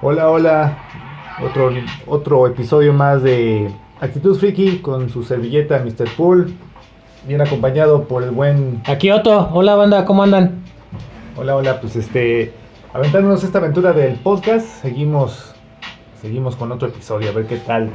Hola, hola. Otro episodio más de Actitud Friki con su servilleta Mr. Pool. Bien acompañado por el buen. Aquí Otto, hola banda, ¿cómo andan? Hola, hola. Pues aventándonos esta aventura del podcast. Seguimos con otro episodio, a ver qué tal.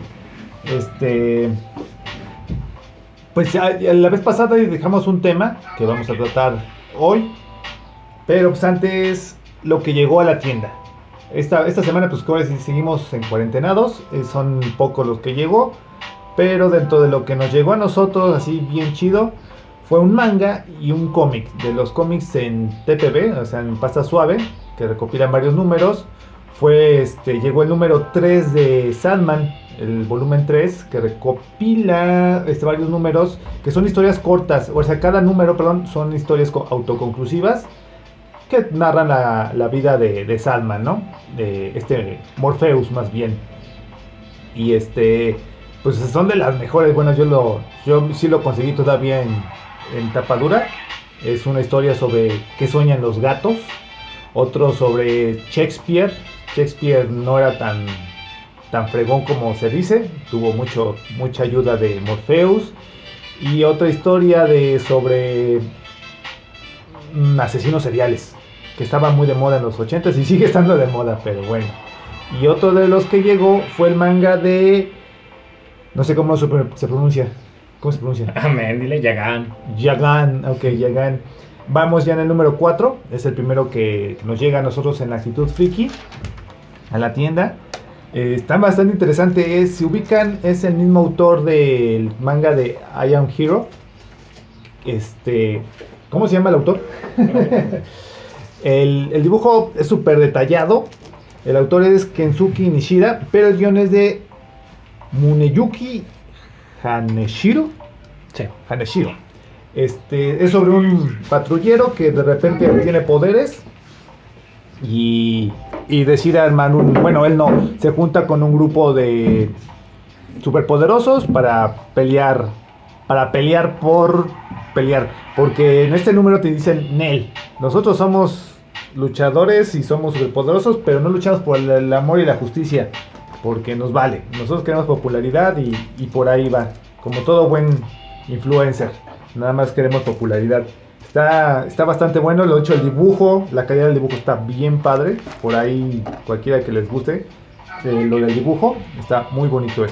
Pues la vez pasada dejamos un tema que vamos a tratar hoy. Pero pues antes, lo que llegó a la tienda. Esta semana, pues como seguimos en cuarentenados, son pocos los que llegó, pero dentro de lo que nos llegó a nosotros, así bien chido, fue un manga y un cómic, de los cómics en TPB, o sea, en pasta suave, que recopilan varios números. Llegó el número 3 de Sandman, el volumen 3 que recopila varios números, que son historias cortas, o sea, cada número, perdón, son historias autoconclusivas que narran la vida de Sandman, ¿no? De Morpheus más bien. Y pues son de las mejores. Bueno, yo sí lo conseguí todavía en tapadura. Es una historia sobre qué sueñan los gatos. Otro sobre Shakespeare. Shakespeare no era tan fregón como se dice. Tuvo mucha ayuda de Morpheus. Y otra historia sobre asesinos seriales, que estaba muy de moda en los 80s y sigue estando de moda, pero bueno. Y otro de los que llegó fue el manga de... No sé cómo se pronuncia. ¿Cómo se pronuncia? Amén, dile Yagan. Yagan, ok, Yagan. Vamos ya en el número 4. Es el primero que nos llega a nosotros en Actitud Friki, a la tienda. Está bastante interesante. Si ubican, es el mismo autor del manga de I Am Hero. ¿Cómo se llama el autor? El dibujo es súper detallado. El autor es Kensuke Nishida, pero el guion es de Muneyuki Haneshiro. Sí. Haneshiro. Es sobre un patrullero que de repente tiene poderes y decide armar Bueno, él no. Se junta con un grupo de superpoderosos para pelear. Para pelear por pelear. Porque en este número te dicen Nel. Nosotros somos luchadores y somos superpoderosos, pero no luchamos por el amor y la justicia. Porque nos vale. Nosotros queremos popularidad y por ahí va. Como todo buen influencer. Nada más queremos popularidad. Está bastante bueno. Lo he hecho el dibujo. La calidad del dibujo está bien padre. Por ahí cualquiera que les guste. Lo del dibujo. Está muy bonito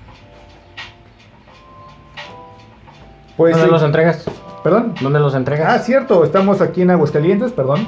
Pues, ¿Dónde los entregas? ¿Perdón? ¿Dónde los entregas? Cierto, estamos aquí en Aguascalientes, perdón.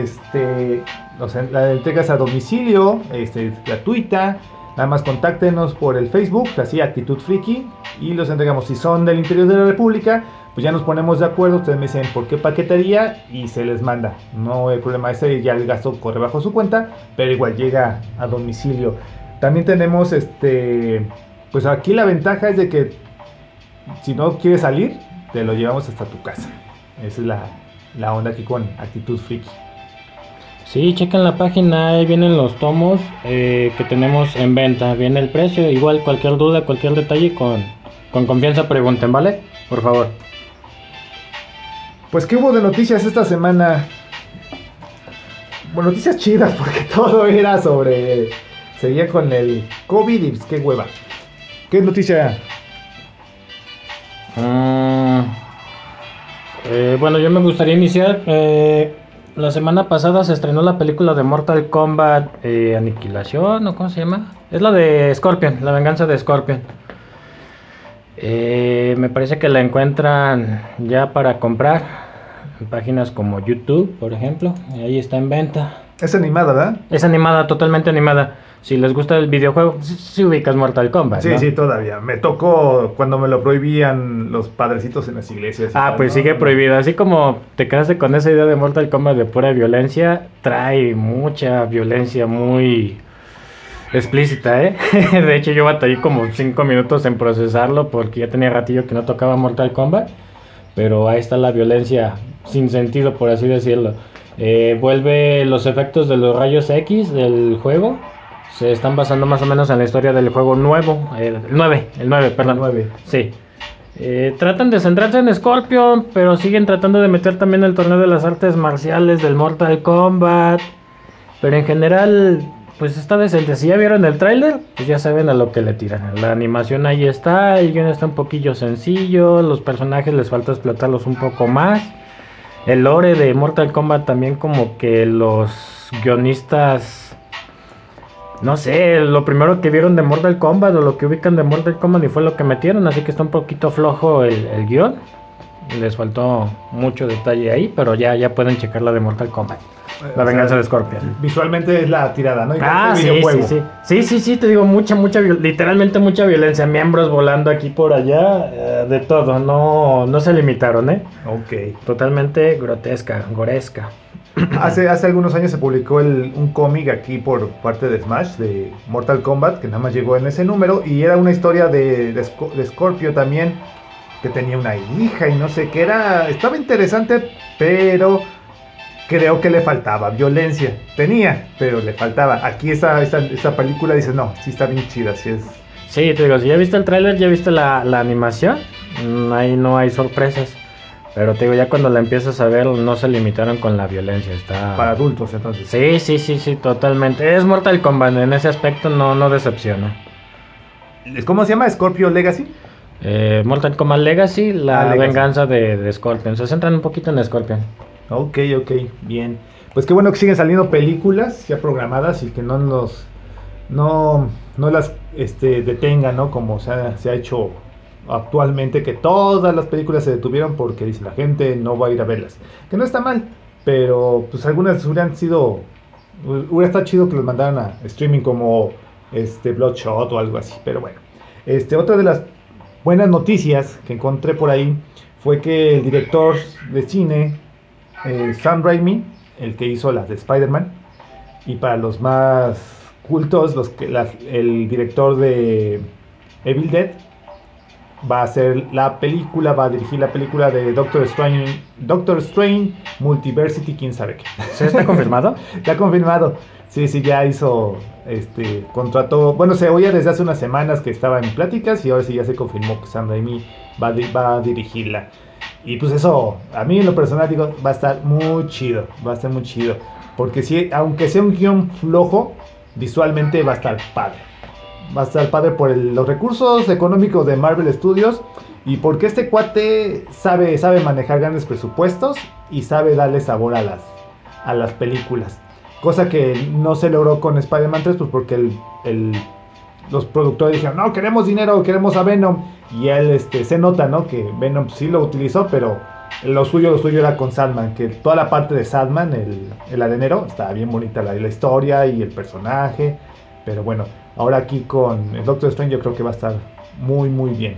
La entrega es a domicilio, gratuita. Nada más contáctenos por el Facebook, así Actitud Friki, y los entregamos. Si son del interior de la República, pues ya nos ponemos de acuerdo. Ustedes me dicen por qué paquetería y se les manda. No hay problema, ese ya el gasto corre bajo su cuenta, pero igual llega a domicilio. También tenemos pues aquí la ventaja es de que si no quieres salir, te lo llevamos hasta tu casa. Esa es la onda aquí con Actitud Friki. Sí, chequen la página, ahí vienen los tomos que tenemos en venta. Viene el precio, igual cualquier duda, cualquier detalle, con confianza pregunten, ¿vale? Por favor. Pues, ¿qué hubo de noticias esta semana? Bueno, noticias chidas, porque todo era sobre... Seguía con el COVID y pues, qué hueva. ¿Qué noticia? Bueno, yo me gustaría iniciar. La semana pasada se estrenó la película de Mortal Kombat Aniquilación, ¿o cómo se llama? Es la de Scorpion, la venganza de Scorpion. Me parece que la encuentran ya para comprar en páginas como YouTube, por ejemplo. Ahí está en venta. Es animada, ¿verdad? Es animada, totalmente animada. Si les gusta el videojuego, si ubicas Mortal Kombat, Sí, ¿no? sí, todavía. Me tocó cuando me lo prohibían los padrecitos en las iglesias. Pues ¿no? sigue prohibido. Así como te quedaste con esa idea de Mortal Kombat de pura violencia, trae mucha violencia muy explícita, ¿eh? De hecho, yo batallé como 5 minutos en procesarlo porque ya tenía ratillo que no tocaba Mortal Kombat. Pero ahí está la violencia sin sentido, por así decirlo. Vuelve los efectos de los rayos X del juego. Se están basando más o menos en la historia del juego nuevo. El 9, perdón. El 9. Sí. Tratan de centrarse en Scorpion, pero siguen tratando de meter también el torneo de las artes marciales del Mortal Kombat. Pero en general pues está decente. Si ya vieron el tráiler, pues ya saben a lo que le tiran. La animación ahí está, el guion está un poquillo sencillo, los personajes les falta explotarlos un poco más. El lore de Mortal Kombat también como que los guionistas, no sé, lo primero que vieron de Mortal Kombat o lo que ubican de Mortal Kombat y fue lo que metieron, así que está un poquito flojo el guión. Les faltó mucho detalle ahí, pero ya pueden checar la de Mortal Kombat. La O sea, venganza de Scorpion. visualmente es la tirada, ¿no? Igual que el Sí, videojuego. sí, te digo, literalmente mucha violencia, miembros volando aquí por allá, de todo, no se limitaron, Ok. totalmente grotesca, goresca. Hace algunos años se publicó un cómic aquí por parte de Smash, de Mortal Kombat, que nada más llegó en ese número, y era una historia de Scorpio también, que tenía una hija y no sé qué era. Estaba interesante, pero creo que le faltaba violencia. Tenía, pero le faltaba. Aquí esta película dice, no, sí está bien chida, sí es. Sí, te digo, si ya viste el tráiler, ya viste la animación, ahí no hay sorpresas. Pero te digo, ya cuando la empiezas a ver, no se limitaron con la violencia, Para está... adultos, entonces. Sí, totalmente. Es Mortal Kombat, en ese aspecto no decepciona. ¿Cómo se llama? Scorpio Legacy. Mortal Kombat Legacy, Ah, la Legacy. venganza de Scorpion. Se centran un poquito en Scorpion. Ok, ok, bien. Pues qué bueno que siguen saliendo películas ya programadas y que no las detengan, ¿no? Como se ha hecho actualmente, que todas las películas se detuvieron porque dice la gente no va a ir a verlas. Que no está mal, pero pues algunas hubiera estado chido que los mandaran a streaming como Bloodshot o algo así, pero bueno. Otra de las buenas noticias que encontré por ahí fue que el director de cine, Sam Raimi, el que hizo las de Spider-Man, y para los más cultos, el director de Evil Dead, va a dirigir la película de Doctor Strange Multiversity, quién sabe qué. ¿Se está confirmado? Ya confirmado. Sí, ya hizo contrato. Bueno, se oía desde hace unas semanas que estaba en pláticas y ahora sí ya se confirmó que Sam Raimi va a dirigirla. Y pues eso, a mí en lo personal digo, va a estar muy chido, va a estar muy chido. Porque sí, aunque sea un guión flojo, visualmente va a estar padre. Va a estar padre por los recursos económicos de Marvel Studios y porque este cuate sabe manejar grandes presupuestos y sabe darle sabor a las películas. Cosa que no se logró con Spider-Man 3, pues porque los productores dijeron, no, queremos dinero, queremos a Venom. Y él se nota, ¿no? Que Venom sí lo utilizó, pero lo suyo era con Sandman, que toda la parte de Sandman, el arenero, está bien bonita la historia y el personaje. Pero bueno, ahora aquí con el Doctor Strange yo creo que va a estar muy, muy bien.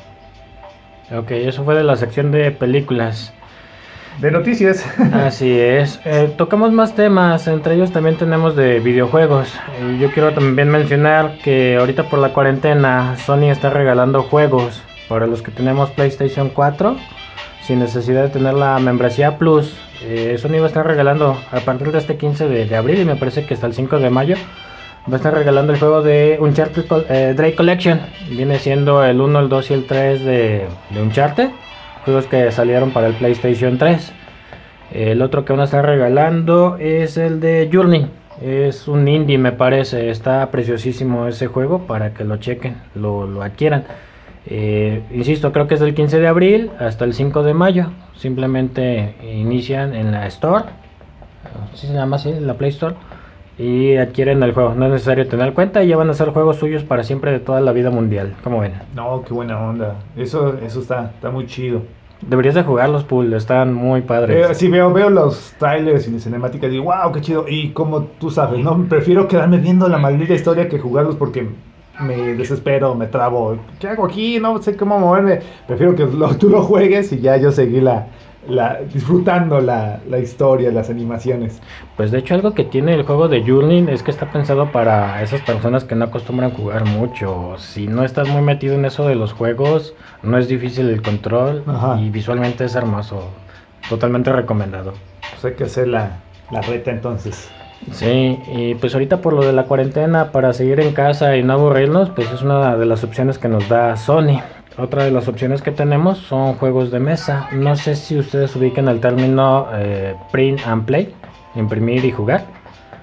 Ok, eso fue de la sección de películas. De noticias. Así es. Tocamos más temas, entre ellos también tenemos de videojuegos. Yo quiero también mencionar que ahorita por la cuarentena Sony está regalando juegos para los que tenemos PlayStation 4 sin necesidad de tener la membresía Plus. Sony va a estar regalando a partir de este 15 de abril y me parece que hasta el 5 de mayo va a estar regalando el juego de Uncharted Drake Collection. Viene siendo el 1, el 2 y el 3 de Uncharted, juegos que salieron para el PlayStation 3. El otro que van a estar regalando es el de Journey. Es un indie, me parece. Está preciosísimo ese juego para que lo chequen, lo adquieran. Insisto, creo que es del 15 de abril hasta el 5 de mayo. Simplemente inician en la Store, ¿sí se llama así? En la Play Store. Y adquieren el juego. No es necesario tener cuenta y ya van a ser juegos suyos para siempre de toda la vida mundial. ¿Cómo ven? No, qué buena onda. Eso está muy chido. Deberías de jugarlos, Pool. Están muy padres. Sí, veo los trailers y las cinemáticas y digo, wow, qué chido. Y como tú sabes, ¿no? Prefiero quedarme viendo la maldita historia que jugarlos porque me desespero, me trabo. ¿Qué hago aquí? No sé cómo moverme. Prefiero que tú lo juegues y ya yo seguí disfrutando la historia, las animaciones. Pues de hecho algo que tiene el juego de Journey es que está pensado para esas personas que no acostumbran jugar mucho. Si no estás muy metido en eso de los juegos, no es difícil el control Ajá. y visualmente es hermoso. Totalmente recomendado. Pues hay que hacer la reta entonces. Sí, y pues ahorita por lo de la cuarentena, para seguir en casa y no aburrirnos, pues es una de las opciones que nos da Sony. Otra de las opciones que tenemos son juegos de mesa. No sé si ustedes ubican el término print and play, imprimir y jugar.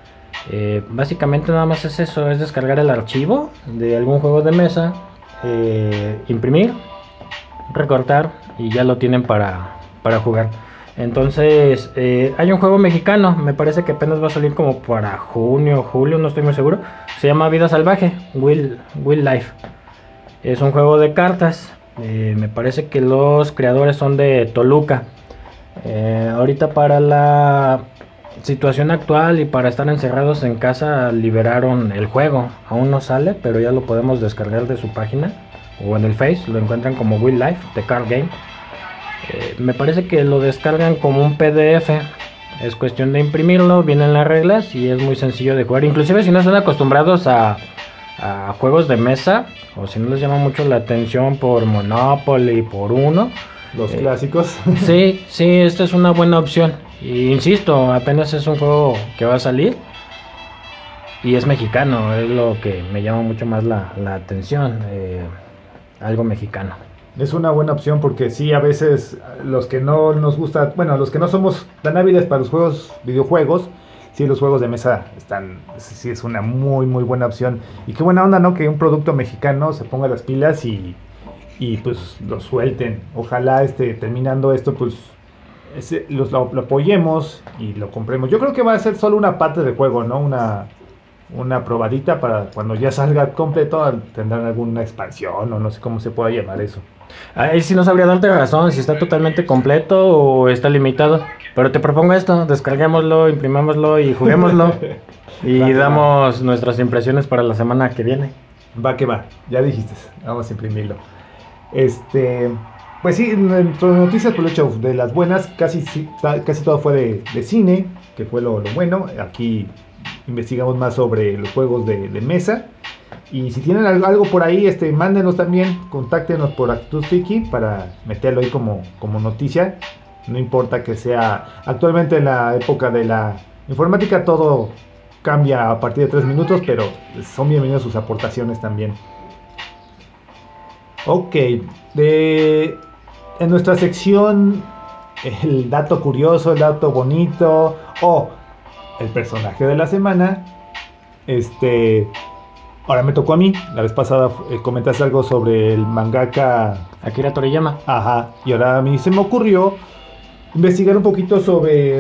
Básicamente nada más es eso, es descargar el archivo de algún juego de mesa, imprimir, recortar y ya lo tienen para jugar. Entonces, hay un juego mexicano, me parece que apenas va a salir como para junio, julio, no estoy muy seguro. Se llama Vida Salvaje, Will Life. Es un juego de cartas. Me parece que los creadores son de Toluca. Ahorita para la situación actual y para estar encerrados en casa liberaron el juego. Aún no sale, pero ya lo podemos descargar de su página o en el Face. Lo encuentran como Will Life, The Card Game. Me parece que lo descargan como un PDF. Es cuestión de imprimirlo, vienen las reglas y es muy sencillo de jugar. Inclusive si no están acostumbrados a juegos de mesa o si no les llama mucho la atención por Monopoly, por Uno, Los clásicos. sí, esta es una buena opción. Y insisto, apenas es un juego que va a salir y es mexicano, es lo que me llama mucho más la atención. Algo mexicano. Es una buena opción porque sí, a veces los que no nos gusta, bueno, los que no somos tan hábiles para los videojuegos, sí, los juegos de mesa sí es una muy buena opción. Y qué buena onda, ¿no? Que un producto mexicano se ponga las pilas y pues lo suelten. Ojalá terminando esto, pues lo apoyemos y lo compremos. Yo creo que va a ser solo una parte del juego, ¿no? Una probadita para cuando ya salga completo, tendrán alguna expansión o no sé cómo se pueda llamar eso. Ahí sí no sabría darte razón si está totalmente completo o está limitado. Pero te propongo esto, descarguémoslo, imprimámoslo y juguémoslo. Y damos nuestras impresiones para la semana que viene. Va que va, ya dijiste, vamos a imprimirlo. Pues sí, dentro de noticias por el hecho de las buenas, casi todo fue de cine, que fue lo bueno. Aquí investigamos más sobre los juegos de mesa. Y si tienen algo por ahí, mándenos también, contáctenos por Actitud Friki para meterlo ahí como noticia. No importa que sea actualmente en la época de la informática, todo cambia a partir de 3 minutos, pero son bienvenidos sus aportaciones también. Ok, en nuestra sección, el dato curioso, el dato bonito o el personaje de la semana, ahora me tocó a mí. La vez pasada comentaste algo sobre el mangaka Akira Toriyama. Ajá, y ahora a mí se me ocurrió investigar un poquito sobre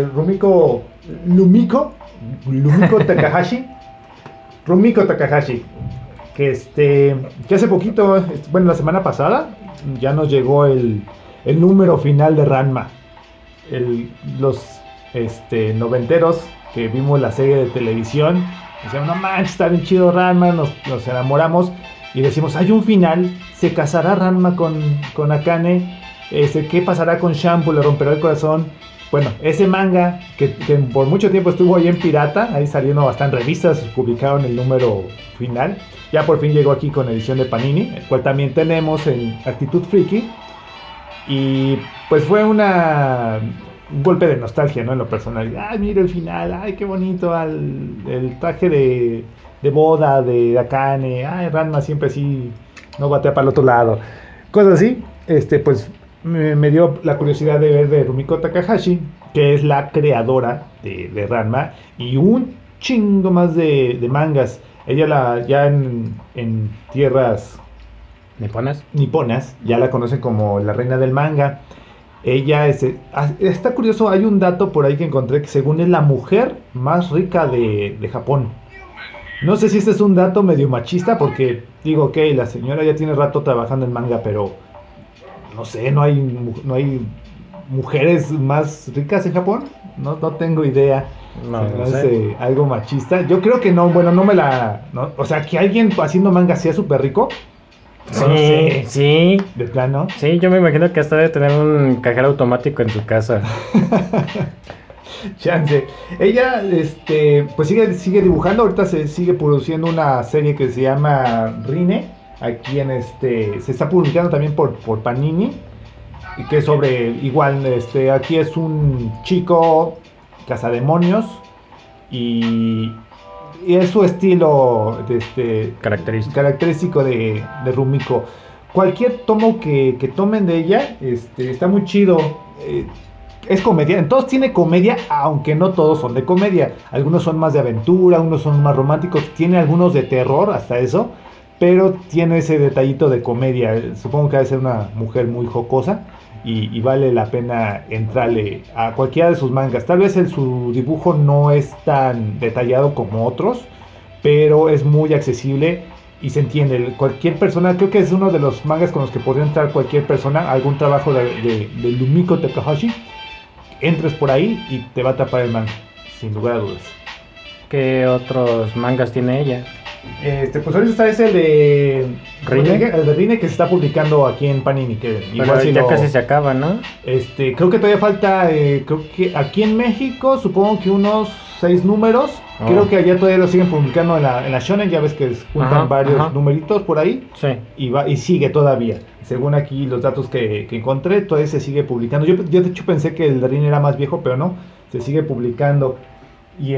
Lumiko Takahashi. Rumiko Takahashi, que hace poquito, bueno, la semana pasada, ya nos llegó el número final de Ranma. Los noventeros que vimos la serie de televisión, decíamos, no manches, está bien chido Ranma, nos enamoramos y decimos, hay un final, se casará Ranma con Akane, ¿qué pasará con Shampoo? Le romperá el corazón. Bueno, ese manga que por mucho tiempo estuvo ahí en pirata, ahí saliendo bastante revistas, publicaron el número final, ya por fin llegó aquí con edición de Panini, el cual también tenemos en Actitud Friki. Y pues fue un golpe de nostalgia, ¿no? En lo personal. Ay, mira el final, ay, qué bonito, el traje de boda de Akane, ay, Ranma siempre así, no batea para el otro lado. Cosas así, pues me dio la curiosidad de ver de Rumiko Takahashi, que es la creadora de Ranma, y un chingo más de mangas. Ella ya en tierras niponas, ya la conocen como la reina del manga. Ella está curioso, hay un dato por ahí que encontré que según es la mujer más rica de Japón. No sé si este es un dato medio machista porque digo, ok, la señora ya tiene rato trabajando en manga, pero no sé, no hay mujeres más ricas en Japón. No tengo idea. No Se sé. me hace algo machista. Yo creo que no, bueno, no me la... no, o sea, que alguien haciendo manga sea súper rico. No lo sé. Sí. De plano. Sí, yo me imagino que hasta debe tener un cajero automático en su casa. Chance. Ella, pues sigue dibujando. Ahorita se sigue produciendo una serie que se llama Rine. Aquí se está publicando también por Panini. Y que es sobre, igual, aquí es un chico cazademonios. Y, y es su estilo característico de Rumiko. Cualquier tomo que tomen de ella está muy chido. es comedia, en todos tiene comedia, aunque no todos son de comedia. Algunos son más de aventura, unos son más románticos, tiene algunos de terror, hasta eso, pero tiene ese detallito de comedia. Supongo que debe ser una mujer muy jocosa y vale la pena entrarle a cualquiera de sus mangas. Tal vez su dibujo no es tan detallado como otros, pero es muy accesible y se entiende. Cualquier persona, creo que es uno de los mangas con los que podría entrar cualquier persona, algún trabajo de Lumiko Takahashi. Entres por ahí y te va a atrapar el manga, sin lugar a dudas. ¿Qué otros mangas tiene ella? Pues ahorita está ese ¿Rine? el de Rine que se está publicando aquí en Panini, que igual Pero si ya lo, casi se acaba, ¿no? creo que todavía falta, creo que aquí en México supongo que unos 6 números. Oh. Creo que allá todavía lo siguen publicando en la Shonen, ya ves que juntan varios numeritos por ahí. Sí. Y sigue todavía. Según aquí los datos que encontré, todavía se sigue publicando. Yo de hecho pensé que el Darín era más viejo, pero no, se sigue publicando. Y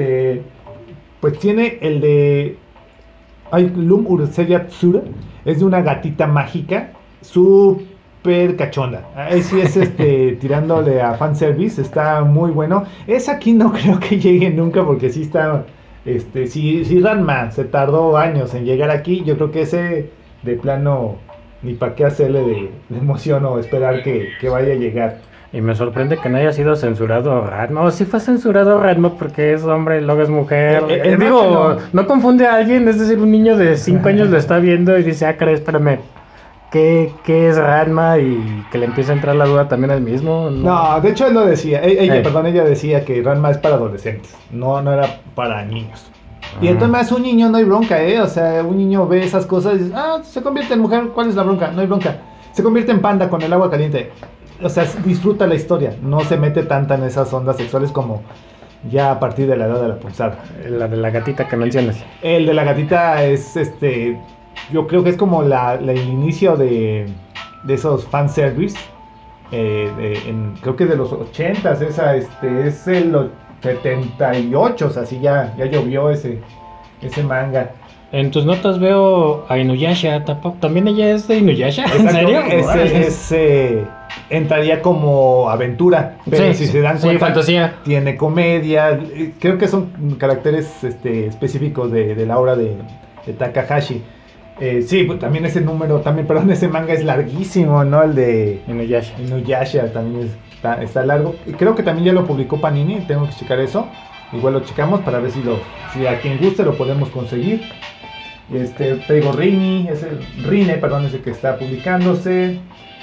pues tiene el de Lum Urusei Tsura, es de una gatita mágica, súper cachonda. Ahí sí es tirándole a fanservice, está muy bueno. Es aquí no creo que llegue nunca porque sí está. Si Ranma se tardó años en llegar aquí, yo creo que ese de plano ni para qué hacerle de emoción o esperar que vaya a llegar. Y me sorprende que no haya sido censurado Ranma. O si fue censurado Ranma porque es hombre y luego es mujer. Digo, no confunde a alguien. Es decir, un niño de 5 años lo está viendo y dice, caray, espérame, ¿qué es Ranma? Y que le empieza a entrar la duda también al mismo. No, de hecho él lo decía. Ella decía que Ranma es para adolescentes. No era para niños. Y entonces más un niño no hay bronca, O sea, un niño ve esas cosas y dice, se convierte en mujer, ¿cuál es la bronca? No hay bronca. Se convierte en panda con el agua caliente. O sea, disfruta la historia. No se mete tanta en esas ondas sexuales como ya a partir de la edad de la punzada. La de la gatita que mencionas. El de la gatita es yo creo que es como el inicio de esos fanservice. Creo que de los 80s, es el 78, o sea, sí ya llovió ese manga. En tus notas veo a Inuyasha, ¿también ella es de Inuyasha? ¿En serio? Ese entraría como aventura, pero si se dan cuenta, fantasía. Tiene comedia, creo que son caracteres específicos de la obra de Takahashi. Sí, pues también ese número, perdón, ese manga es larguísimo, ¿no? El de Inuyasha también está largo. Y creo que también ya lo publicó Panini, tengo que checar eso. Igual lo checamos para ver si a quien guste lo podemos conseguir. Te digo, Rine, ese que está publicándose.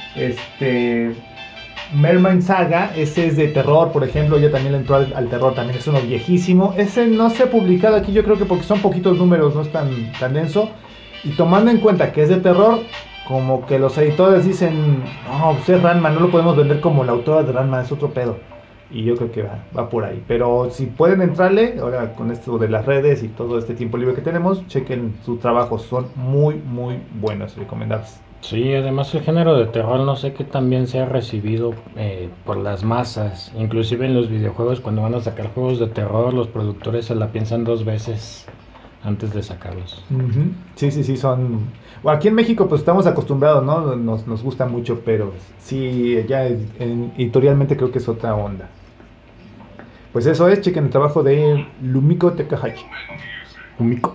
Mermaid Saga, ese es de terror, por ejemplo, ya también le entró al terror, también es uno viejísimo. Ese no se ha publicado aquí, yo creo que porque son poquitos números, no es tan denso. Y tomando en cuenta que es de terror, como que los editores dicen, no, pues es Ranma, no lo podemos vender como la autora de Ranma, es otro pedo. Y yo creo que va por ahí. Pero si pueden entrarle, ahora con esto de las redes y todo este tiempo libre que tenemos, chequen sus trabajos, son muy, muy buenos, recomendables. Sí, además el género de terror no sé qué también se ha recibido por las masas. Inclusive en los videojuegos, cuando van a sacar juegos de terror, los productores se la piensan 2 veces antes de sacarlos. Sí, son. Bueno, aquí en México pues estamos acostumbrados, ¿no? Nos gusta mucho, pero sí, ya editorialmente creo que es otra onda. Pues eso es, chequen el trabajo de Lumiko Takahashi. Lumiko.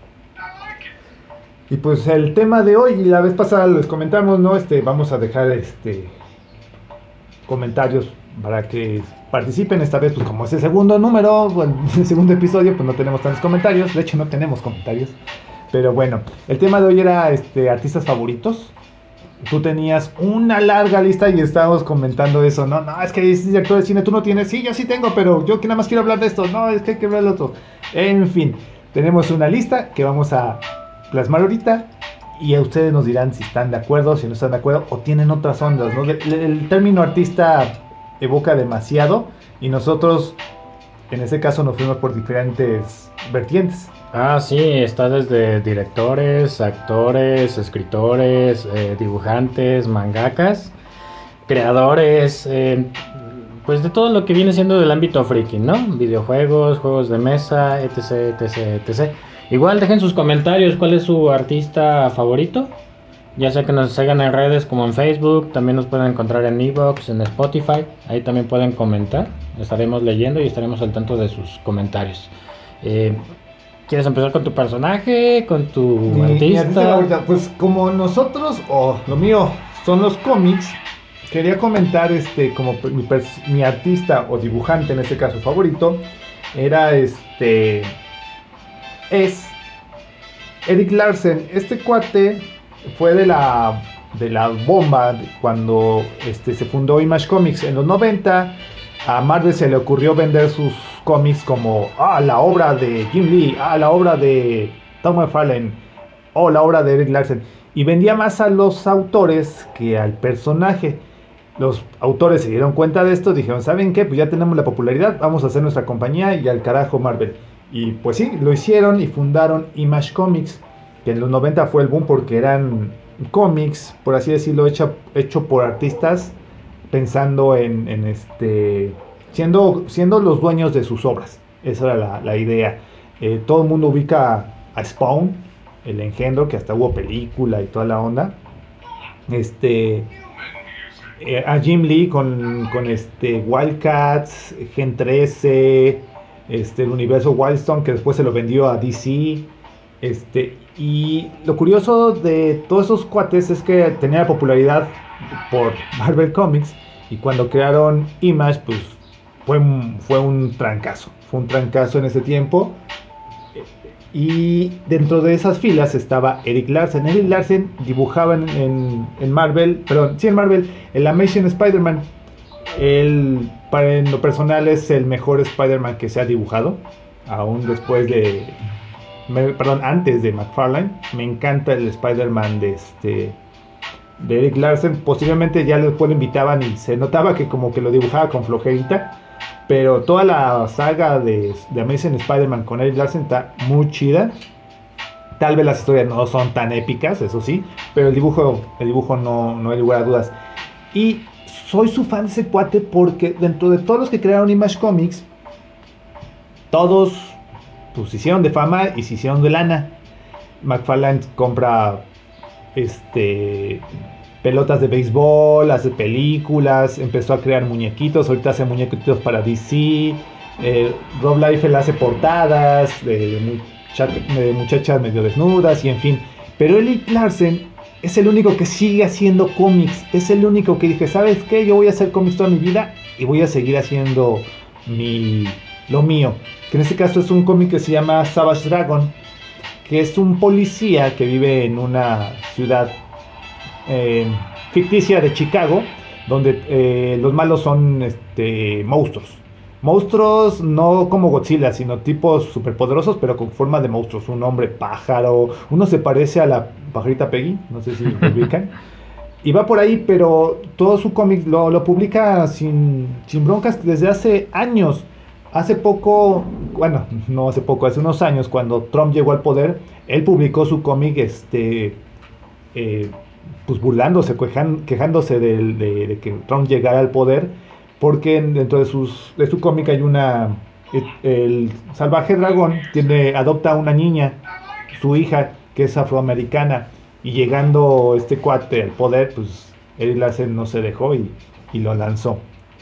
Y pues el tema de hoy, y la vez pasada les comentamos, ¿no? Vamos a dejar comentarios para que participen. Esta vez, pues como es el segundo número, bueno, el segundo episodio, pues no tenemos tantos comentarios. De hecho, no tenemos comentarios. Pero bueno, el tema de hoy era artistas favoritos. Tú tenías una larga lista y estábamos comentando eso, ¿no? No, es que es director de cine, tú no tienes. Sí, yo sí tengo, pero yo que nada más quiero hablar de esto. No, es que hay que ver el otro. En fin, tenemos una lista que vamos a plasmar ahorita y a ustedes nos dirán si están de acuerdo, si no están de acuerdo o tienen otras ondas, ¿no? El término artista evoca demasiado y nosotros en ese caso nos fuimos por diferentes vertientes. Sí, está desde directores, actores, escritores, dibujantes, mangakas, creadores, pues de todo lo que viene siendo del ámbito friki, ¿no? Videojuegos, juegos de mesa, etc, etc, etc. Igual dejen sus comentarios, ¿cuál es su artista favorito? Ya sea que nos sigan en redes como en Facebook, también nos pueden encontrar en Evox, en Spotify, ahí también pueden comentar, estaremos leyendo y estaremos al tanto de sus comentarios. Eh, ¿Quieres empezar con tu personaje, con tu Mi artista artista? favorita, pues como nosotros, o lo mío, son los cómics, quería comentar como mi artista o dibujante, en este caso favorito, era es Eric Larsen. Este cuate fue de la bomba cuando se fundó Image Comics en los 90. A Marvel se le ocurrió vender sus cómics como la obra de Jim Lee, la obra de Tom McFarlane o la obra de Eric Larsen. Y vendía más a los autores que al personaje. Los autores se dieron cuenta de esto, dijeron, ¿saben qué? Pues ya tenemos la popularidad, vamos a hacer nuestra compañía y al carajo Marvel. Y pues sí, lo hicieron y fundaron Image Comics, que en los 90 fue el boom porque eran cómics, por así decirlo, hecho por artistas pensando siendo los dueños de sus obras. Esa era la idea. Todo el mundo ubica a Spawn, el engendro, que hasta hubo película y toda la onda. A Jim Lee con Wildcats, Gen 13, el universo Wildstorm, que después se lo vendió a DC. Y lo curioso de todos esos cuates es que tenía popularidad por Marvel Comics, y cuando crearon Image, pues fue un trancazo. Fue un trancazo en ese tiempo. Y dentro de esas filas estaba Eric Larsen. Eric Larsen dibujaba en Marvel, perdón, sí en Marvel, el Amazing Spider-Man. Él, en lo personal, es el mejor Spider-Man que se ha dibujado, aún después perdón, antes de McFarlane. Me encanta el Spider-Man de Eric Larsen. Posteriormente ya después lo invitaban y se notaba que como que lo dibujaba con flojerita. Pero toda la saga de Amazing Spider-Man con Eric Larsen está muy chida. Tal vez las historias no son tan épicas, eso sí, pero el dibujo no hay lugar a dudas. Y soy su fan de ese cuate porque dentro de todos los que crearon Image Comics, todos pues se hicieron de fama y se hicieron de lana. McFarlane compra este pelotas de béisbol, hace películas, empezó a crear muñequitos, ahorita hace muñequitos para DC. Rob Liefeld hace portadas de muchachas medio desnudas y en fin. Pero Eric Larsen es el único que sigue haciendo cómics, es el único que dije, ¿sabes qué? Yo voy a hacer cómics toda mi vida y voy a seguir haciendo lo mío. Que en este caso es un cómic que se llama Savage Dragon, que es un policía que vive en una ciudad eh, ficticia de Chicago, donde los malos son monstruos. Monstruos no como Godzilla, sino tipos superpoderosos, pero con forma de monstruos. Un hombre pájaro. Uno se parece a la pajarita Peggy, no sé si lo ubican. Y va por ahí, pero todo su cómic lo publica sin broncas desde hace años. Hace poco, bueno, no hace poco, hace unos años, cuando Trump llegó al poder, él publicó su cómic, eh, pues burlándose, quejándose de que Trump llegara al poder, porque dentro de su cómic hay el salvaje dragón adopta a una niña, su hija, que es afroamericana, y llegando este cuate al poder, pues Eric Larsen no se dejó y lo lanzó.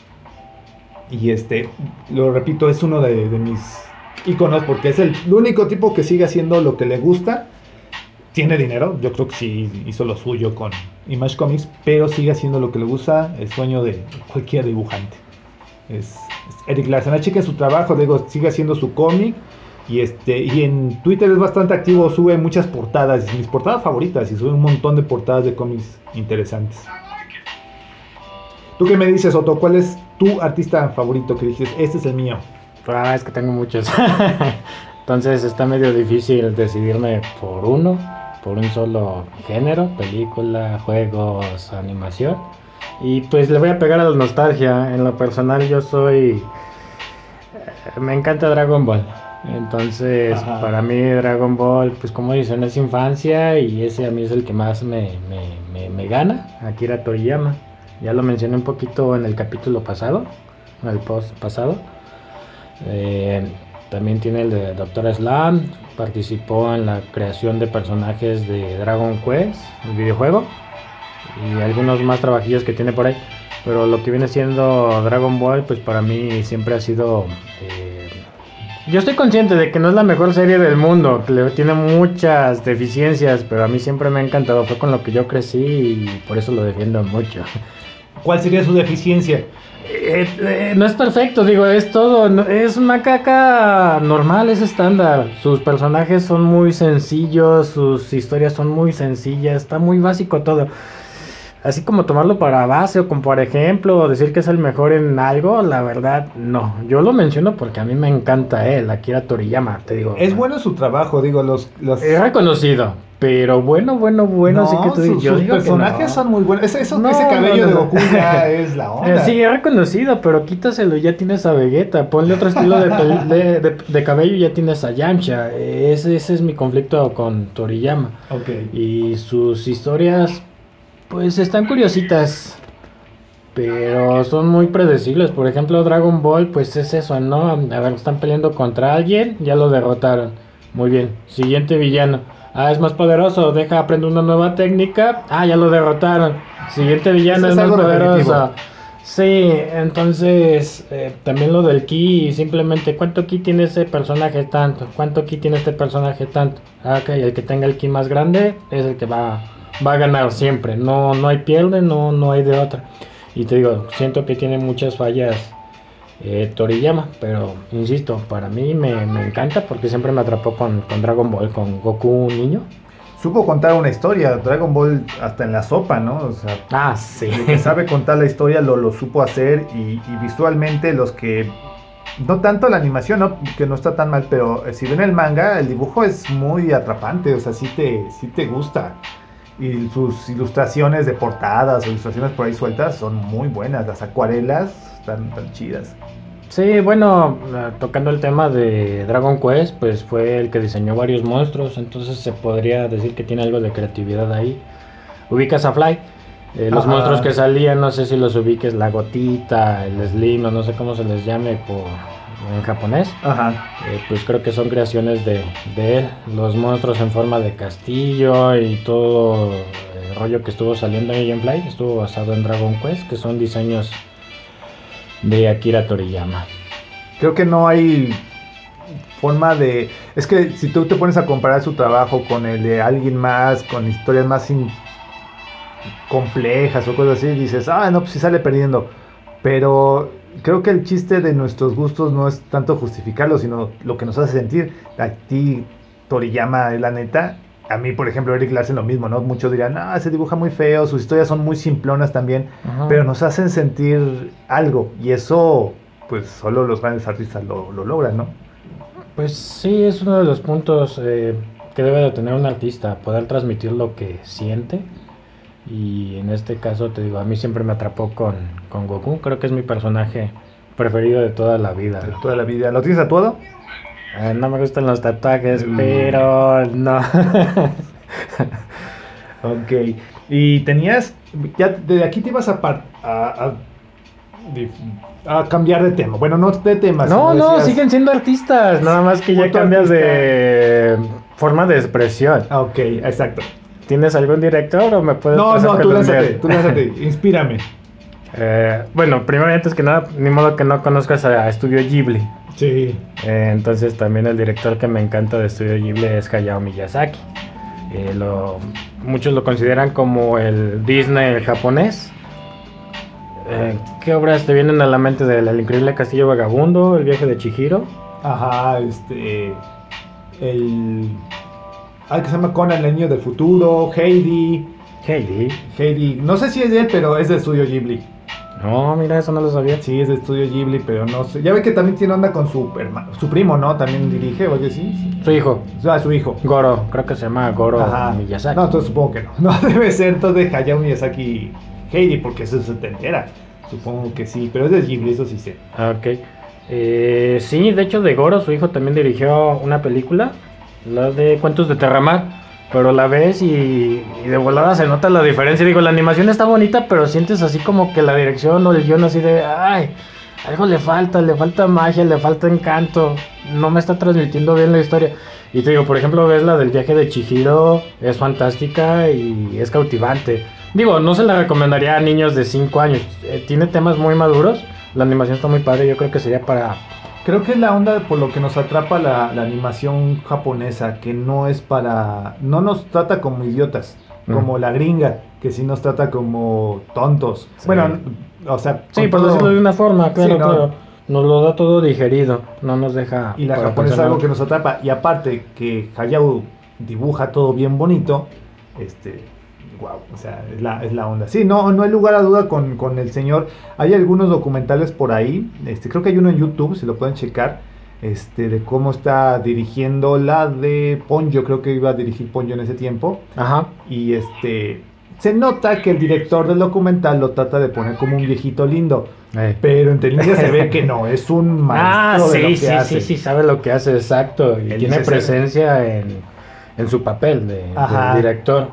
Y lo repito, es uno de mis íconos porque es el único tipo que sigue haciendo lo que le gusta. Tiene dinero, yo creo que sí hizo lo suyo con Image Comics, pero sigue haciendo lo que le gusta, el sueño de cualquier dibujante. Es Eric Larsen. Chequen su trabajo, digo, sigue haciendo su cómic. Y en Twitter es bastante activo, sube muchas portadas, mis portadas favoritas, y sube un montón de portadas de cómics interesantes. ¿Tú qué me dices, Otto? ¿Cuál es tu artista favorito que dices, este es el mío? Es que tengo muchos. Entonces está medio difícil decidirme por uno, por un solo género, película, juegos, animación. Y pues le voy a pegar a la nostalgia. En lo personal yo soy... Me encanta Dragon Ball. Entonces, Ajá. para mí Dragon Ball, pues como dicen, es infancia y ese a mí es el que más me gana, Akira Toriyama. Ya lo mencioné un poquito en el capítulo pasado, en el post pasado. Eh, También tiene el de Doctor Slump. Participó en la creación de personajes de Dragon Quest, el videojuego. Y algunos más trabajillos que tiene por ahí. Pero lo que viene siendo Dragon Ball, pues para mí siempre ha sido... yo estoy consciente de que no es la mejor serie del mundo, que tiene muchas deficiencias, pero a mí siempre me ha encantado. Fue con lo que yo crecí y por eso lo defiendo mucho. ¿Cuál sería su deficiencia? No es perfecto, digo, es todo. Es una caca normal, es estándar. Sus personajes son muy sencillos, sus historias son muy sencillas, está muy básico todo. Así como tomarlo para base o como por ejemplo, o decir que es el mejor en algo, la verdad, no. Yo lo menciono porque a mí me encanta él, Akira Toriyama, te digo. Es bueno su trabajo, digo, Es reconocido, pero bueno, así que No, yo sus digo que personajes no. son muy buenos. Ese No, no, cabello no, de no. Goku ya es la onda. Sí, es reconocido, pero quítaselo, ya tienes a Vegeta. Ponle otro estilo de cabello y ya tienes a Yamcha. Ese es mi conflicto con Toriyama. Ok. Y sus historias, pues están curiositas, pero son muy predecibles. Por ejemplo, Dragon Ball, pues es eso, ¿no? A ver, están peleando contra alguien, ya lo derrotaron. Muy bien. Siguiente villano. Ah, es más poderoso, deja aprender una nueva técnica. Ah, ya lo derrotaron. Siguiente villano es Es más algo repetitivo. poderoso. Sí, entonces también lo del ki, simplemente cuánto ki tiene ese personaje tanto, cuánto ki tiene este personaje tanto. Ah, ok, el que tenga el ki más grande es el que va a ganar siempre. No, no hay pierde, no hay de otra. Y te digo, siento que tiene muchas fallas Toriyama, pero insisto, para mí me encanta porque siempre me atrapó con Dragon Ball, con Goku niño. Supo contar una historia, Dragon Ball hasta en la sopa, ¿no? O sea, Ah, sí. de que sabe contar la historia lo supo hacer y visualmente los que... No tanto la animación, ¿no? Que no está tan mal, pero si ven el manga, el dibujo es muy atrapante, o sea, sí te gusta. Y sus ilustraciones de portadas o ilustraciones por ahí sueltas son muy buenas, las acuarelas están tan chidas. Sí, bueno, tocando el tema de Dragon Quest, pues fue el que diseñó varios monstruos, entonces se podría decir que tiene algo de creatividad ahí. Ubicas a Fly, los monstruos que Ajá, salían, no sé si los ubiques, la gotita, el Slim, no sé cómo se les llame en japonés. ajá. Pues creo que son creaciones de él. Los monstruos en forma de castillo y todo el rollo que estuvo saliendo ahí en Fly estuvo basado en Dragon Quest, que son diseños de Akira Toriyama. Creo que no hay forma de... Es que si tú te pones a comparar su trabajo con el de alguien más, con historias más complejas o cosas así, dices, ah, no, pues sí sale perdiendo. Pero creo que el chiste de nuestros gustos no es tanto justificarlo, sino lo que nos hace sentir. A ti, Toriyama, la neta. A mí, por ejemplo, Eric Larsen lo mismo, ¿no? Muchos dirán, ah, se dibuja muy feo, sus historias son muy simplonas también, Ajá. pero nos hacen sentir algo. Y eso, pues solo los grandes artistas lo logran, ¿no? Pues sí, es uno de los puntos que debe de tener un artista, poder transmitir lo que siente. Y en este caso, te digo, a mí siempre me atrapó con Goku. Creo que es mi personaje preferido de toda la vida. De toda la vida. ¿Lo tienes tatuado? No me gustan los tatuajes, Uh, pero no. ok. Y tenías, ya de aquí te ibas a cambiar de tema. Bueno, no de tema, sino No, no, decías siguen siendo artistas, nada más que ya otro cambias artista. de forma de expresión. Ah, ok, exacto. ¿Tienes algún director o me puedes No, no, presentarte los míos? tú lánzate, inspírame. Bueno, primero antes que nada, ni modo que no conozcas a Estudio Ghibli. Sí. Entonces también el director que me encanta de Estudio Ghibli es Hayao Miyazaki. Muchos lo consideran como el Disney japonés. ¿Qué obras te vienen a la mente de él? El increíble castillo vagabundo, El viaje de Chihiro. Ajá, el... Ah, que se llama Conan, el niño del futuro, Heidi. Heidi. Heidi, no sé si es de él, pero es de Estudio Ghibli. No, mira, eso no lo sabía. Sí, es de Estudio Ghibli, pero no sé. Ya ve que también tiene onda con su hermano, su primo, ¿no? También dirige o algo así. Su hijo, Ah, su hijo. Goro, creo que se llama Goro Ajá. No, Miyazaki. entonces supongo que no. No debe ser entonces de Hayao Miyazaki Heidi, porque eso se te entera. Supongo que sí, pero es de Ghibli, eso sí sé. Ok. Sí, de hecho de Goro, su hijo también dirigió una película, la de Cuentos de Terramar, pero la ves y de volada se nota la diferencia. Digo, la animación está bonita, pero sientes así como que la dirección o el guión así de, ay, algo le falta magia, le falta encanto, no me está transmitiendo bien la historia. Y te digo, por ejemplo, ves la del viaje de Chihiro, es fantástica y es cautivante. Digo, no se la recomendaría a niños de 5 años, tiene temas muy maduros, la animación está muy padre, yo creo que sería para... Creo que es la onda por lo que nos atrapa la animación japonesa, que no es para... No nos trata como idiotas, como la gringa, que sí nos trata como tontos. Sí. Bueno, o sea, Sí, con por todo... decirlo de una forma, claro, Sí, no. claro. Nos lo da todo digerido, no nos deja Y la para japonesa pensar es algo nada. que nos atrapa. Y aparte que Hayao dibuja todo bien bonito, wow, o sea, es la onda. Sí, no, no hay lugar a duda con el señor. Hay algunos documentales por ahí, creo que hay uno en YouTube, si lo pueden checar, de cómo está dirigiendo la de Ponyo, creo que iba a dirigir Ponyo en ese tiempo. Ajá. Y se nota que el director del documental lo trata de poner como un viejito lindo. Pero entre líneas se ve que no, es un maestro de lo que hace. Sí, sabe lo que hace, exacto. Y Él tiene dice ser. presencia en su papel de Ajá. director.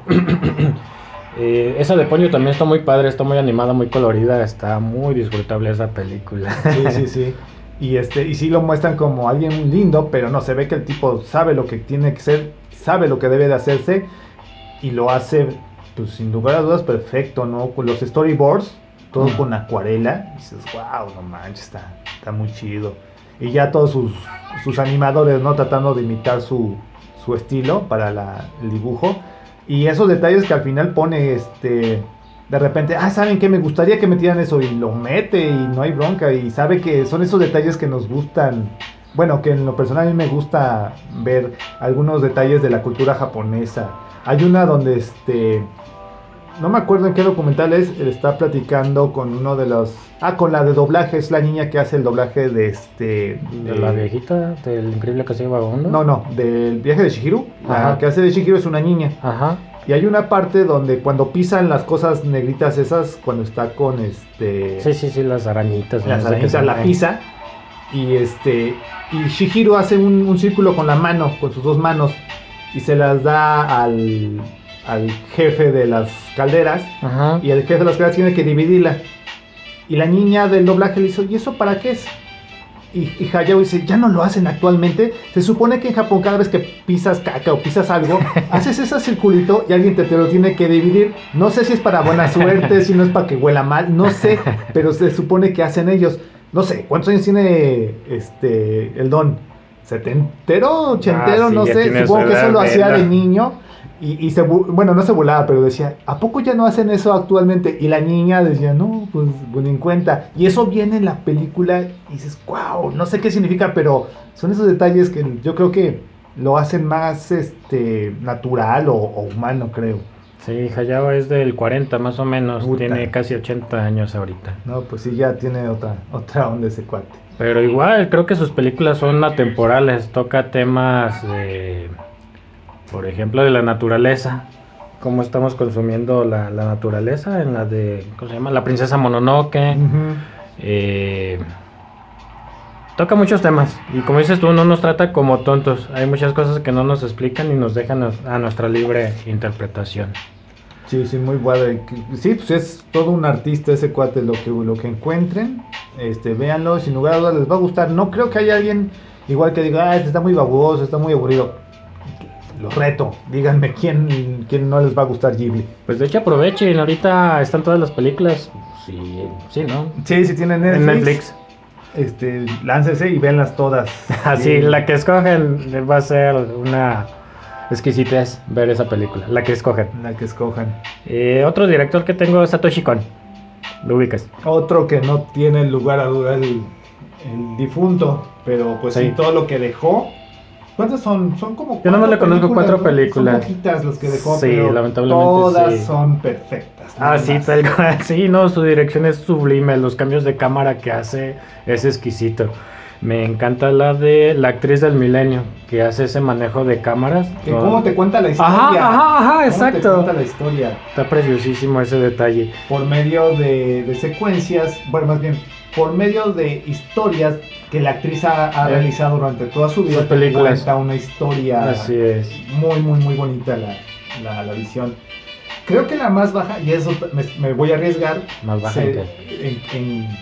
Esa de Ponyo también está muy padre, está muy animada, muy colorida, está muy disfrutable esa película. Sí, sí, sí. Y sí lo muestran como alguien lindo, pero no, se ve que el tipo sabe lo que tiene que ser, sabe lo que debe de hacerse y lo hace, pues sin lugar a dudas, perfecto, ¿no? Con los storyboards, todo con acuarela, y dices, wow, no manches, está muy chido. Y ya todos sus animadores, ¿no? Tratando de imitar su estilo para el dibujo. Y esos detalles que al final pone, de repente, ¿saben qué? Me gustaría que metieran eso y lo mete y no hay bronca y sabe que son esos detalles que nos gustan. Bueno, que en lo personal a mí me gusta ver algunos detalles de la cultura japonesa. Hay una donde no me acuerdo en qué documental es, está platicando con uno de los... con la de doblaje, es la niña que hace el doblaje De la viejita, del increíble castillo vagabundo. No, del viaje de Shihiro. La que hace de Shihiro es una niña. Ajá. Y hay una parte donde cuando pisan las cosas negritas esas, cuando está con Sí, las arañitas. las no sé qué arañitas, son. la pisa. Y Shihiro hace un círculo con la mano, con sus dos manos. Y se las da al jefe de las calderas. Ajá. Y el jefe de las calderas tiene que dividirla. Y la niña del doblaje le dice, ¿y eso para qué es? Y Hayao dice, ya no lo hacen actualmente. Se supone que en Japón cada vez que pisas caca o pisas algo, haces ese circulito y alguien te lo tiene que dividir. No sé si es para buena suerte, si no es para que huela mal, no sé, pero se supone que hacen ellos. No sé, ¿cuántos años tiene el don? ¿Setentero? ¿Ochentero? Sí, No ya sé, tiene su supongo que eso edad, lo hacía velo. de niño. Bueno, no se burlaba, pero decía, ¿a poco ya no hacen eso actualmente? Y la niña decía, no, pues ni en cuenta. Y eso viene en la película y dices, wow, no sé qué significa, pero son esos detalles que yo creo que lo hacen más natural o humano, creo. Sí, Hayao es del 40 más o menos, Puta. tiene casi 80 años ahorita. No, pues sí, ya tiene otra onda ese cuate. Pero igual, creo que sus películas son atemporales, toca temas por ejemplo, de la naturaleza, cómo estamos consumiendo la naturaleza en la de, ¿cómo se llama? La princesa Mononoke. Toca muchos temas y como dices tú, no nos trata como tontos, hay muchas cosas que no nos explican y nos dejan a nuestra libre interpretación. Sí, sí, muy padre. Sí, pues es todo un artista ese cuate, lo que encuentren, véanlo, sin lugar a dudas les va a gustar. No creo que haya alguien igual que diga, este está muy baboso, está muy aburrido. Los reto, díganme quién no les va a gustar Ghibli. Pues de hecho aprovechen, ahorita están todas las películas, sí, ¿no? Sí, si tienen Netflix, En Netflix. Láncese y véanlas todas. Así, la que escogen va a ser una exquisitez ver esa película, la que escogen. La que escojan. Otro director que tengo es Satoshi Kon, lo ubicas. Otro que no tiene lugar a duda el difunto, pero pues sí, todo lo que dejó. ¿Cuántas son? Son como Yo nomás le conozco 4 ¿no? películas. Son poquitas las que dejó, Sí, pero lamentablemente todas sí. son perfectas. Sí, tal cual. Sí, no, su dirección es sublime. Los cambios de cámara que hace es exquisito. Me encanta la de la actriz del milenio, que hace ese manejo de cámaras. Que cómo te cuenta la historia. Ajá, exacto. Cómo te cuenta la historia. Está preciosísimo ese detalle. Por medio de secuencias, bueno, más bien, por medio de historias que la actriz ha realizado durante toda su vida, te cuenta una historia. Así es. Muy, muy, muy bonita la visión. Creo que la más baja, y eso me voy a arriesgar, ¿Más baja en qué?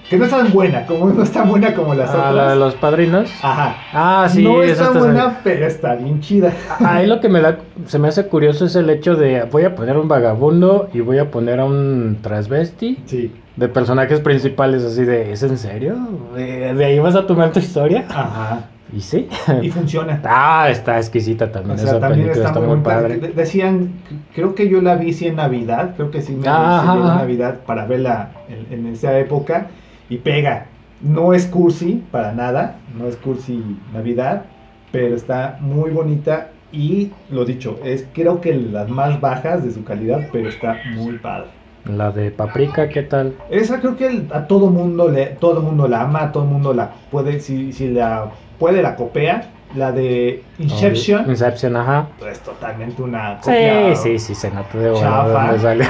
Que no es tan buena, como no es tan buena como las Ah, la de otras. los padrinos. Ajá. Ah, sí, No es esa tan está. buena, pero está bien chida. Ahí lo que se me hace curioso es el hecho de voy a poner un vagabundo y voy a poner a un transvesti Sí. de personajes principales así de, ¿es en serio? ¿De ahí vas a tomar tu historia? Ajá. Y sí. Y funciona. Ah, está exquisita O también, sea, esa también película está está muy muy bonita. padre. Decían, creo que yo la vi sí en Navidad, creo que sí se Ajá, llegó en ajá. Navidad para verla en esa época y pega. No es cursi para nada, no es cursi Navidad, pero está muy bonita y lo dicho, es creo que las más bajas de su calidad, pero está muy padre. La de Paprika, ¿qué tal? Esa creo que a todo mundo la ama, todo mundo la puede, si la puede la copia. La de O Inception, Inception, ajá. pues totalmente una Sí, copia sí, sí, se notó de volada de dónde chafa, salió.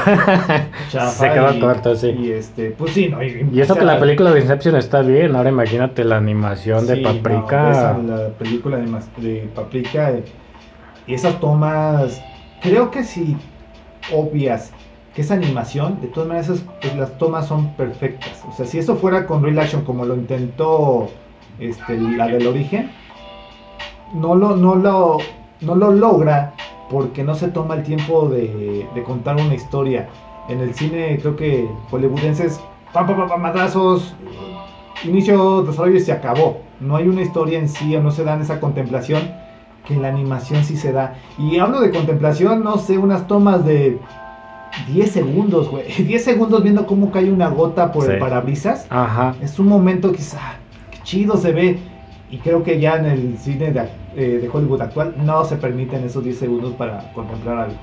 Se chafa quedó corto, sí. y pues sí, no, Y o eso que la sea, película de Inception está bien, ahora imagínate la animación de sí, no, ves a Paprika. la película de Paprika y esas tomas, creo que si obvias que es animación, de todas maneras las tomas son perfectas. O sea, si eso fuera con Real Action como lo intentó la del origen, no lo, no lo, no lo logra porque no se toma el tiempo de contar una historia. En el cine creo que hollywoodense es madrazos, inicio, desarrollo y se acabó. No hay una historia en sí o no se dan esa contemplación que en la animación sí se da. Y hablo de contemplación, no sé, unas tomas de 10 segundos, güey. 10 segundos viendo cómo cae una gota por Sí. el parabrisas. Ajá. Es un momento que qué chido se ve. Y creo que ya en el cine de Hollywood actual no se permiten esos 10 segundos para contemplar algo.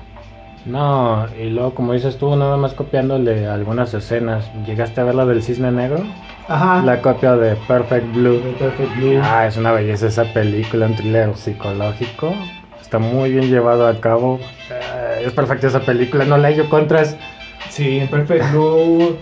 No, y luego como dices tú, nada más copiándole algunas escenas. ¿Llegaste a ver la del Cisne Negro? Ajá. La copia de Perfect Blue. De Perfect Blue. Ah, es una belleza esa película, un thriller psicológico. Está muy bien llevado a cabo. Es perfecta esa película, no le hallo contras. Sí, en Perfect Blue.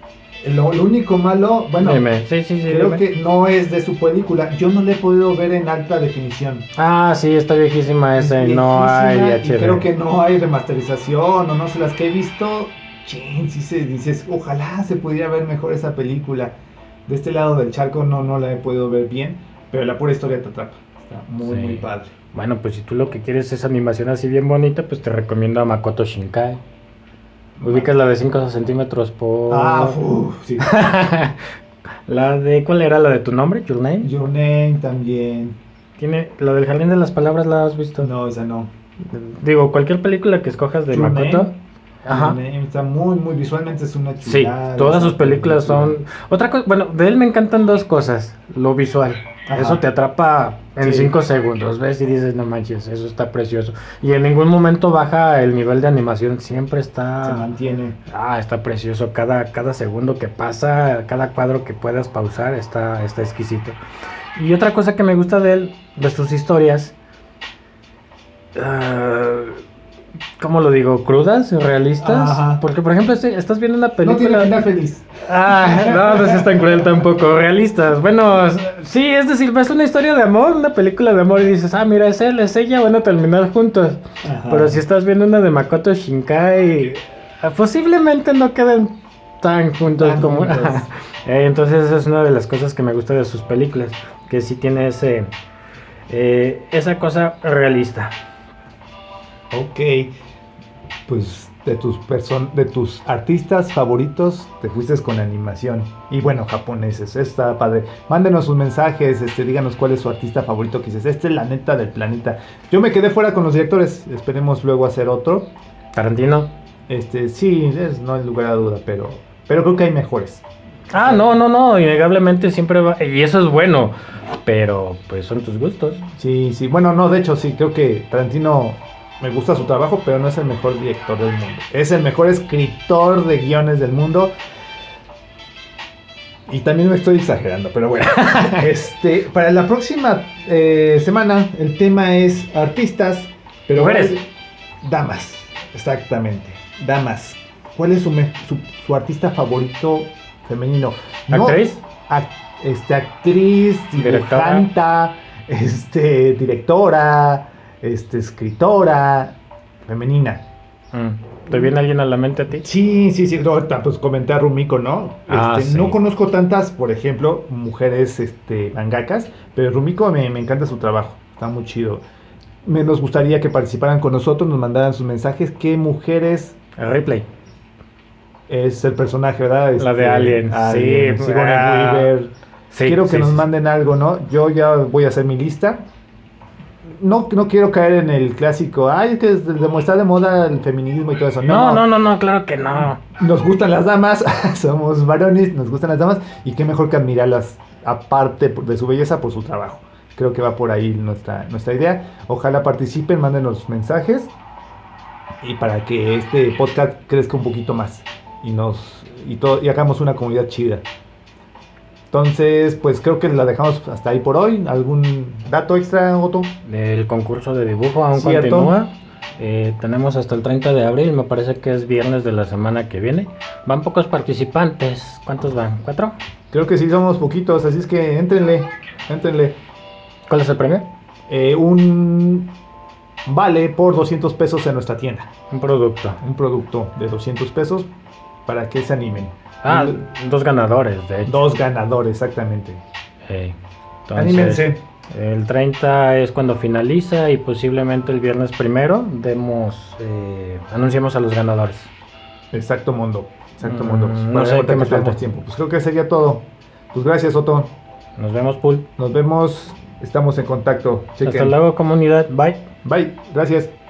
Lo único malo, bueno, Dime, sí, sí, sí, creo dime. que no es de su película. Yo no la he podido ver en alta definición. Ah, sí, está viejísima Es esa y no hay viejísima y creo HD. que no hay remasterización o no sé las que he visto. Chin, sí se dices, ojalá se pudiera ver mejor esa película. De este lado del charco no la he podido ver bien, pero la pura historia te atrapa. Está muy, muy Sí. padre. Bueno, pues si tú lo que quieres es animación así bien bonita, pues te recomiendo a Makoto Shinkai. Ubicas la de 5 centímetros por... Sí. La de... ¿Cuál era la de tu nombre? Your Name. Your Name también. Tiene... La del Jardín de las Palabras, ¿la has visto? No, esa no. Digo, cualquier película que escojas de Your Name. Makoto. Your Ajá. Name está muy, muy visualmente es una Sí, chulada todas sus esa películas película. son... Otra cosa, bueno, de él me encantan dos cosas. Lo visual. Eso Ajá. te atrapa en Sí. 5 segundos, ves y dices, no manches, eso está precioso. Y en ningún momento baja el nivel de animación, siempre Se está... mantiene. Ah, está precioso. Cada segundo que pasa, cada cuadro que puedas pausar, está exquisito. Y otra cosa que me gusta de él, de sus historias... ¿Cómo lo digo? ¿Crudas? ¿Realistas? Ajá. Porque, por ejemplo, estás viendo una No tiene película... final feliz. Ah, no, no es tan cruel tampoco. Realistas. Bueno, sí, es decir, ves una historia de amor, una película de amor y dices, ah, mira, es él, es ella, van a terminar juntos. Pero Ajá. si estás viendo una de Makoto Shinkai, posiblemente no queden tan juntos Tan como... juntos. Entonces esa es una de las cosas que me gusta de sus películas, que sí tiene esa cosa realista. Ok. Pues de tus artistas favoritos te fuiste con animación. Y bueno, japoneses. Está padre. Mándenos sus mensajes. Díganos cuál es su artista favorito. Que dices, este es la neta del planeta. Yo me quedé fuera con los directores. Esperemos luego hacer otro. Tarantino. Sí, no hay lugar a duda, pero creo que hay mejores. Ah, no, no, no, innegablemente siempre va, y eso es bueno, pero pues son tus gustos. Sí, sí. Bueno, no, de hecho, sí, creo que Tarantino me gusta su trabajo, pero no es el mejor director del mundo. Es el mejor escritor de guiones del mundo. Y también me estoy exagerando, pero bueno. Para la próxima semana, el tema es artistas, pero Mujeres. damas, exactamente. Damas. ¿Cuál es su artista favorito femenino? No, Actriz, ac- actriz, directora. dibujanta, directora, escritora, femenina. Mm. ¿Te viene alguien a la mente a ti? Sí, no, pues comenté a Rumiko, ¿no? Sí. No conozco tantas, por ejemplo, mujeres mangakas, pero Rumiko me encanta su trabajo, está muy chido. Nos gustaría que participaran con nosotros, nos mandaran sus mensajes. ¿Qué mujeres Ripley. es el personaje, verdad? La de Alien, sí. Sigourney Weaver. Sí, Quiero que sí, nos sí. manden algo, ¿no? Yo ya voy a hacer mi lista. No quiero caer en el clásico, ay, es que está de moda el feminismo y todo eso. No, claro que no. Nos gustan las damas, somos varones, nos gustan las damas, y qué mejor que admirarlas, aparte de su belleza, por su trabajo. Creo que va por ahí nuestra idea. Ojalá participen, mándenos mensajes, y para que este podcast crezca un poquito más y hagamos una comunidad chida. Entonces, pues creo que la dejamos hasta ahí por hoy. ¿Algún dato extra, Otto? El concurso de dibujo aún Cierto. continúa. Tenemos hasta el 30 de abril, me parece que es viernes de la semana que viene. Van pocos participantes. ¿Cuántos van? ¿4? Creo que sí somos poquitos, así es que éntrenle. ¿Cuál es el premio? Un vale por 200 pesos en nuestra tienda. Un producto. Un producto de 200 pesos para que se animen. 2 ganadores, de hecho. 2 ganadores, exactamente. Entonces, anímense. El 30 es cuando finaliza y posiblemente el viernes primero anunciamos a los ganadores. Exacto mundo. No sé qué más falta. Tiempo. Pues creo que sería todo. Pues gracias, Otto. Nos vemos, Pool. Nos vemos. Estamos en contacto. Chequen. Hasta luego, comunidad. Bye. Bye. Gracias.